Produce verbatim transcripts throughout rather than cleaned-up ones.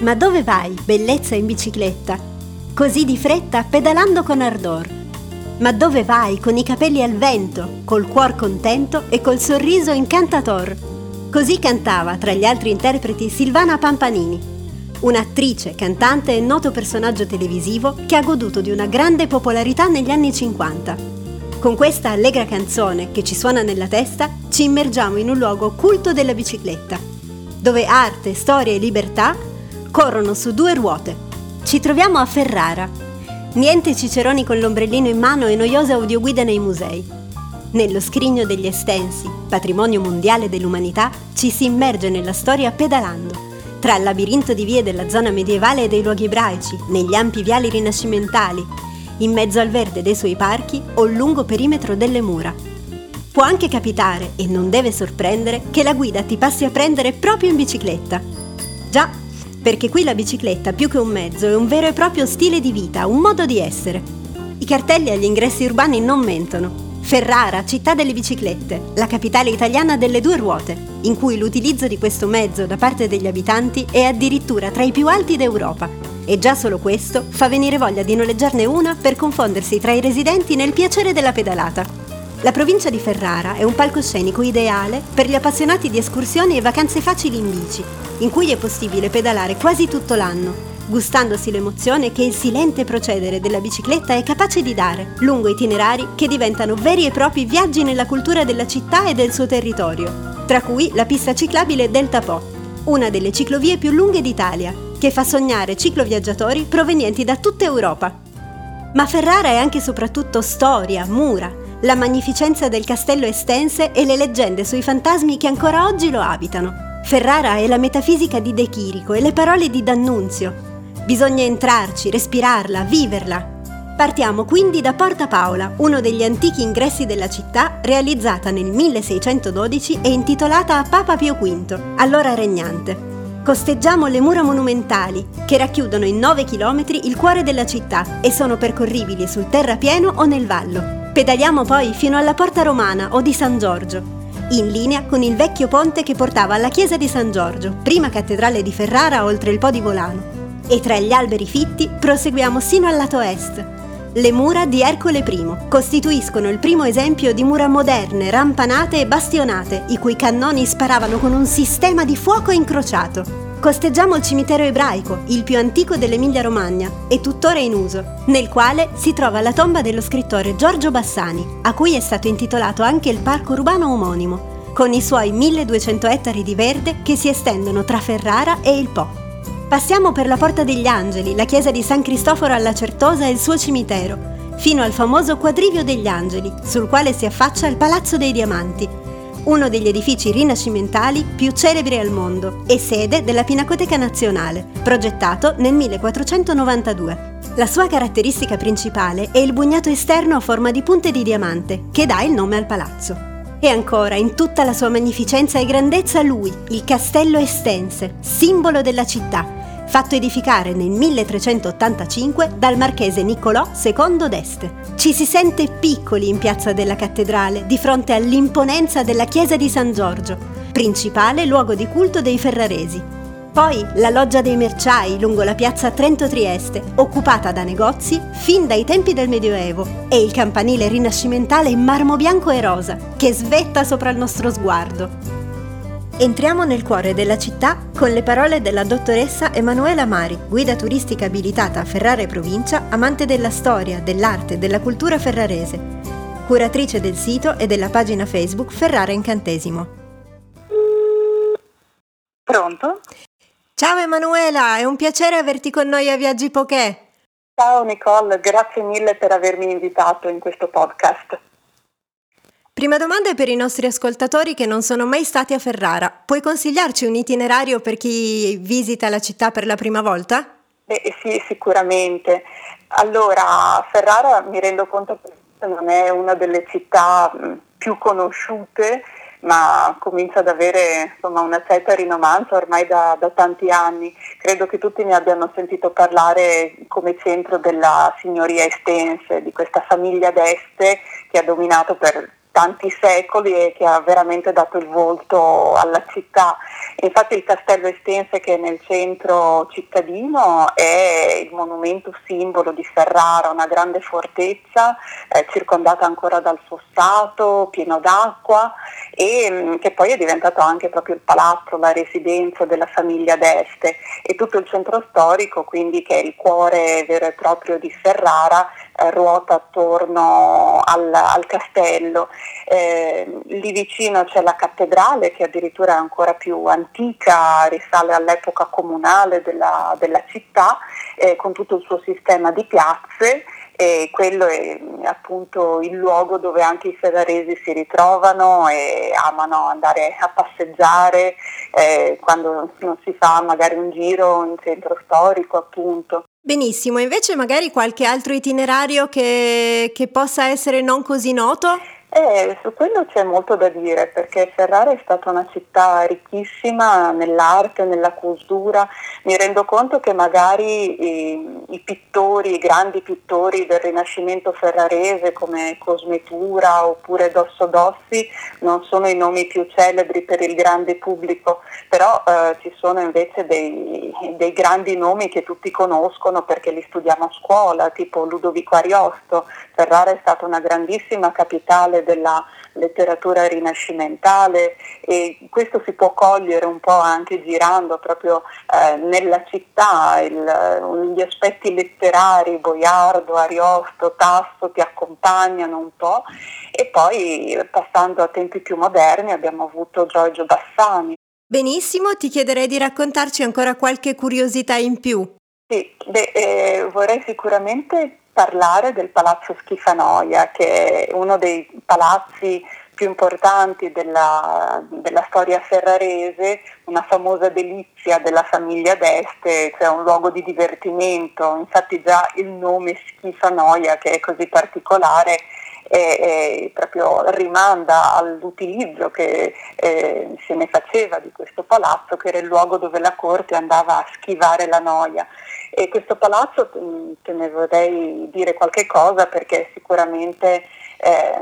Ma dove vai, bellezza in bicicletta? Così di fretta, pedalando con ardor. Ma dove vai, con i capelli al vento, col cuor contento e col sorriso incantator? Così cantava, tra gli altri interpreti, Silvana Pampanini, un'attrice, cantante e noto personaggio televisivo che ha goduto di una grande popolarità negli anni cinquanta. Con questa allegra canzone che ci suona nella testa, ci immergiamo in un luogo culto della bicicletta, dove arte, storia e libertà corrono su due ruote. Ci troviamo a Ferrara. Niente ciceroni con l'ombrellino in mano e noiose audioguide nei musei. Nello scrigno degli Estensi, patrimonio mondiale dell'umanità, ci si immerge nella storia pedalando, tra il labirinto di vie della zona medievale e dei luoghi ebraici, negli ampi viali rinascimentali, in mezzo al verde dei suoi parchi o lungo perimetro delle mura. Può anche capitare, e non deve sorprendere, che la guida ti passi a prendere proprio in bicicletta. Già, perché qui la bicicletta, più che un mezzo, è un vero e proprio stile di vita, un modo di essere. I cartelli agli ingressi urbani non mentono. Ferrara, città delle biciclette, la capitale italiana delle due ruote, in cui l'utilizzo di questo mezzo da parte degli abitanti è addirittura tra i più alti d'Europa. E già solo questo fa venire voglia di noleggiarne una per confondersi tra i residenti nel piacere della pedalata. La provincia di Ferrara è un palcoscenico ideale per gli appassionati di escursioni e vacanze facili in bici, in cui è possibile pedalare quasi tutto l'anno, gustandosi l'emozione che il silente procedere della bicicletta è capace di dare, lungo itinerari che diventano veri e propri viaggi nella cultura della città e del suo territorio, tra cui la pista ciclabile Delta Po, una delle ciclovie più lunghe d'Italia, che fa sognare cicloviaggiatori provenienti da tutta Europa. Ma Ferrara è anche e soprattutto storia, mura, la magnificenza del castello Estense e le leggende sui fantasmi che ancora oggi lo abitano. Ferrara è la metafisica di De Chirico e le parole di D'Annunzio. Bisogna entrarci, respirarla, viverla. Partiamo quindi da Porta Paola, uno degli antichi ingressi della città, realizzata nel milleseicentododici e intitolata a Papa Pio V, allora regnante. Costeggiamo le mura monumentali, che racchiudono in nove chilometri il cuore della città e sono percorribili sul terrapieno o nel vallo. Pedaliamo poi fino alla Porta Romana o di San Giorgio, in linea con il vecchio ponte che portava alla chiesa di San Giorgio, prima cattedrale di Ferrara oltre il Po di Volano. E tra gli alberi fitti proseguiamo sino al lato est. Le mura di Ercole I costituiscono il primo esempio di mura moderne, rampanate e bastionate, i cui cannoni sparavano con un sistema di fuoco incrociato. Costeggiamo il cimitero ebraico, il più antico dell'Emilia-Romagna e tuttora in uso, nel quale si trova la tomba dello scrittore Giorgio Bassani, a cui è stato intitolato anche il parco urbano omonimo, con i suoi milleduecento ettari di verde che si estendono tra Ferrara e il Po. Passiamo per la Porta degli Angeli, la chiesa di San Cristoforo alla Certosa e il suo cimitero, fino al famoso Quadrivio degli Angeli, sul quale si affaccia il Palazzo dei Diamanti, uno degli edifici rinascimentali più celebri al mondo e sede della Pinacoteca Nazionale, progettato nel millequattrocentonovantadue. La sua caratteristica principale è il bugnato esterno a forma di punte di diamante, che dà il nome al palazzo. E ancora, in tutta la sua magnificenza e grandezza, lui, il castello Estense, simbolo della città, fatto edificare nel milletrecentottantacinque dal marchese Niccolò secondo d'Este. Ci si sente piccoli in piazza della cattedrale di fronte all'imponenza della chiesa di San Giorgio, principale luogo di culto dei ferraresi. Poi la loggia dei Merciai lungo la piazza Trento Trieste, occupata da negozi fin dai tempi del Medioevo, e il campanile rinascimentale in marmo bianco e rosa, che svetta sopra il nostro sguardo. Entriamo nel cuore della città con le parole della dottoressa Emanuela Mari, guida turistica abilitata a Ferrara e provincia, amante della storia, dell'arte e della cultura ferrarese, curatrice del sito e della pagina Facebook Ferrara Incantesimo. Pronto? Ciao Emanuela, è un piacere averti con noi a Viaggi Poké. Ciao Nicole, grazie mille per avermi invitato in questo podcast. Prima domanda è per i nostri ascoltatori che non sono mai stati a Ferrara. Puoi consigliarci un itinerario per chi visita la città per la prima volta? Beh, sì, sicuramente. Allora, Ferrara mi rendo conto che non è una delle città più conosciute, ma comincia ad avere insomma una certa rinomanza ormai da, da tanti anni. Credo che tutti ne abbiano sentito parlare come centro della signoria Estense, di questa famiglia d'Este che ha dominato per tanti secoli e che ha veramente dato il volto alla città. Infatti il Castello Estense, che è nel centro cittadino, è il monumento simbolo di Ferrara, una grande fortezza eh, circondata ancora dal fossato, pieno d'acqua, e mh, che poi è diventato anche proprio il palazzo, la residenza della famiglia d'Este, e tutto il centro storico, quindi, che è il cuore vero e proprio di Ferrara, eh, ruota attorno al, al castello. Eh, lì vicino c'è la cattedrale, che addirittura è ancora più antica, risale all'epoca comunale della, della città, eh, con tutto il suo sistema di piazze, e quello è appunto il luogo dove anche i ferraresi si ritrovano e amano andare a passeggiare eh, quando non si fa magari un giro in centro storico, appunto. Benissimo, invece magari qualche altro itinerario che, che possa essere non così noto? Eh, su quello c'è molto da dire, perché Ferrara è stata una città ricchissima nell'arte, nella cultura. Mi rendo conto che magari i, i pittori, i grandi pittori del Rinascimento ferrarese come Cosmetura oppure Dosso Dossi non sono i nomi più celebri per il grande pubblico, però eh, ci sono invece dei, dei grandi nomi che tutti conoscono perché li studiamo a scuola, tipo Ludovico Ariosto. Ferrara è stata una grandissima capitale della letteratura rinascimentale, e questo si può cogliere un po' anche girando proprio eh, nella città. Il, gli aspetti letterari, Boiardo, Ariosto, Tasso ti accompagnano un po', e poi passando a tempi più moderni abbiamo avuto Giorgio Bassani. Benissimo, ti chiederei di raccontarci ancora qualche curiosità in più. Sì, beh, eh, vorrei sicuramente parlare del Palazzo Schifanoia, che è uno dei palazzi più importanti della, della storia ferrarese, una famosa delizia della famiglia d'Este, cioè un luogo di divertimento. Infatti già il nome Schifanoia, che è così particolare, E, e proprio rimanda all'utilizzo che eh, se ne faceva di questo palazzo, che era il luogo dove la corte andava a schivare la noia. E questo palazzo te ne vorrei dire qualche cosa, perché sicuramente eh,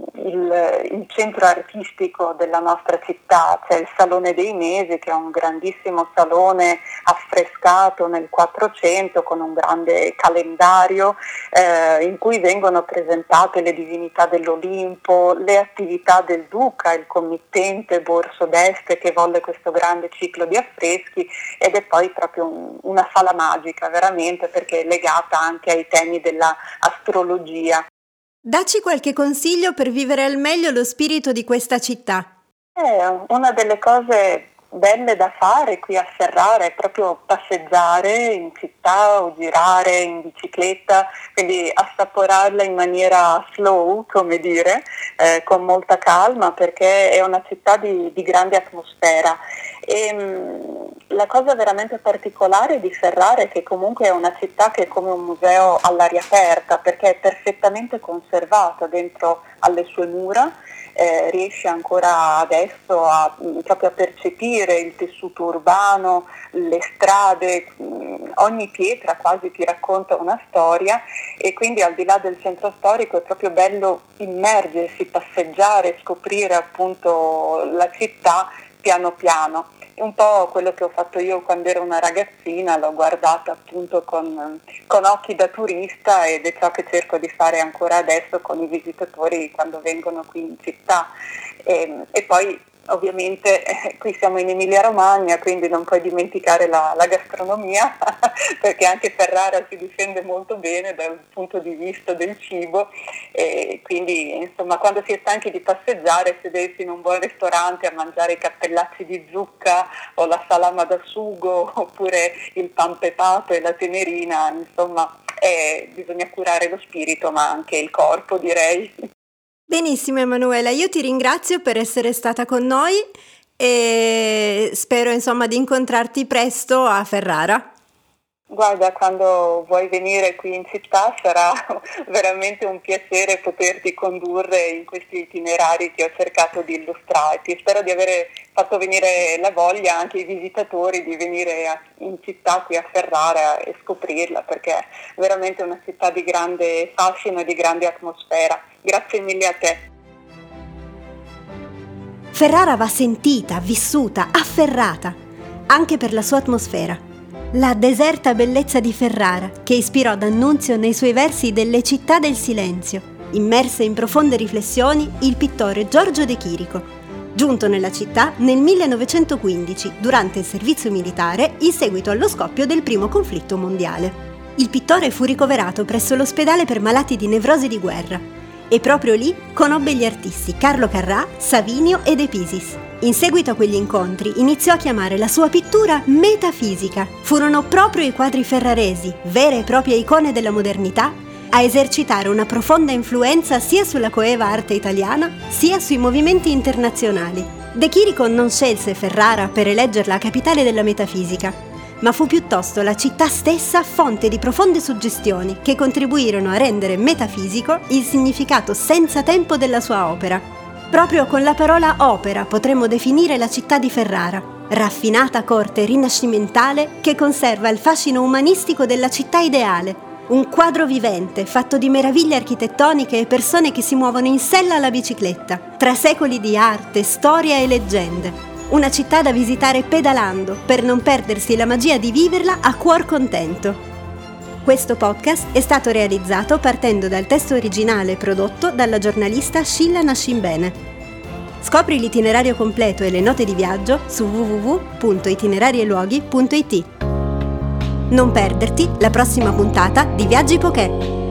il, il centro artistico della nostra città. C'è il Salone dei Mesi, che è un grandissimo salone affrescato nel Quattrocento con un grande calendario eh, in cui vengono presentate le divinità dell'Olimpo, le attività del duca, il committente Borso d'Este, che volle questo grande ciclo di affreschi, ed è poi proprio un, una sala magica veramente, perché è legata anche ai temi della astrologia. Dacci qualche consiglio per vivere al meglio lo spirito di questa città. Eh, una delle cose belle da fare qui a Ferrara è proprio passeggiare in città o girare in bicicletta, quindi assaporarla in maniera slow, come dire, eh, con molta calma, perché è una città di, di grande atmosfera. E, mh, la cosa veramente particolare di Ferrara è che comunque è una città che è come un museo all'aria aperta, perché è perfettamente conservata dentro alle sue mura. Eh, riesce ancora adesso a, proprio a percepire il tessuto urbano, le strade, mh, ogni pietra quasi ti racconta una storia, e quindi al di là del centro storico è proprio bello immergersi, passeggiare, scoprire appunto la città piano piano. È un po' quello che ho fatto io quando ero una ragazzina, l'ho guardata appunto con, con occhi da turista, ed è ciò che cerco di fare ancora adesso con i visitatori quando vengono qui in città. E, e poi ovviamente eh, qui siamo in Emilia Romagna, quindi non puoi dimenticare la, la gastronomia, perché anche Ferrara si difende molto bene dal punto di vista del cibo, e quindi insomma quando si è stanchi di passeggiare, sedersi in un buon ristorante a mangiare i cappellacci di zucca o la salama da sugo oppure il pan pepato e la tenerina, insomma eh, bisogna curare lo spirito ma anche il corpo, direi. Benissimo Emanuela, io ti ringrazio per essere stata con noi e spero insomma di incontrarti presto a Ferrara. Guarda, quando vuoi venire qui in città sarà veramente un piacere poterti condurre in questi itinerari che ho cercato di illustrarti. Spero di aver fatto venire la voglia anche ai visitatori di venire a, in città qui a Ferrara e scoprirla, perché è veramente una città di grande fascino e di grande atmosfera. Grazie mille a te. Ferrara va sentita, vissuta, afferrata, anche per la sua atmosfera. La deserta bellezza di Ferrara, che ispirò D'Annunzio nei suoi versi delle città del silenzio, immerse in profonde riflessioni il pittore Giorgio De Chirico, giunto nella città nel millenovecentoquindici durante il servizio militare in seguito allo scoppio del primo conflitto mondiale. Il pittore fu ricoverato presso l'ospedale per malati di nevrosi di guerra e proprio lì conobbe gli artisti Carlo Carrà, Savinio e De Pisis. In seguito a quegli incontri iniziò a chiamare la sua pittura metafisica. Furono proprio i quadri ferraresi, vere e proprie icone della modernità, a esercitare una profonda influenza sia sulla coeva arte italiana sia sui movimenti internazionali. De Chirico non scelse Ferrara per eleggerla a capitale della metafisica, ma fu piuttosto la città stessa fonte di profonde suggestioni che contribuirono a rendere metafisico il significato senza tempo della sua opera. Proprio con la parola opera potremmo definire la città di Ferrara, raffinata corte rinascimentale che conserva il fascino umanistico della città ideale, un quadro vivente fatto di meraviglie architettoniche e persone che si muovono in sella alla bicicletta, tra secoli di arte, storia e leggende. Una città da visitare pedalando per non perdersi la magia di viverla a cuor contento. Questo podcast è stato realizzato partendo dal testo originale prodotto dalla giornalista Scilla Nascimbene. Scopri l'itinerario completo e le note di viaggio su w w w punto itinerarieluoghi punto i t. Non perderti la prossima puntata di Viaggi Poké.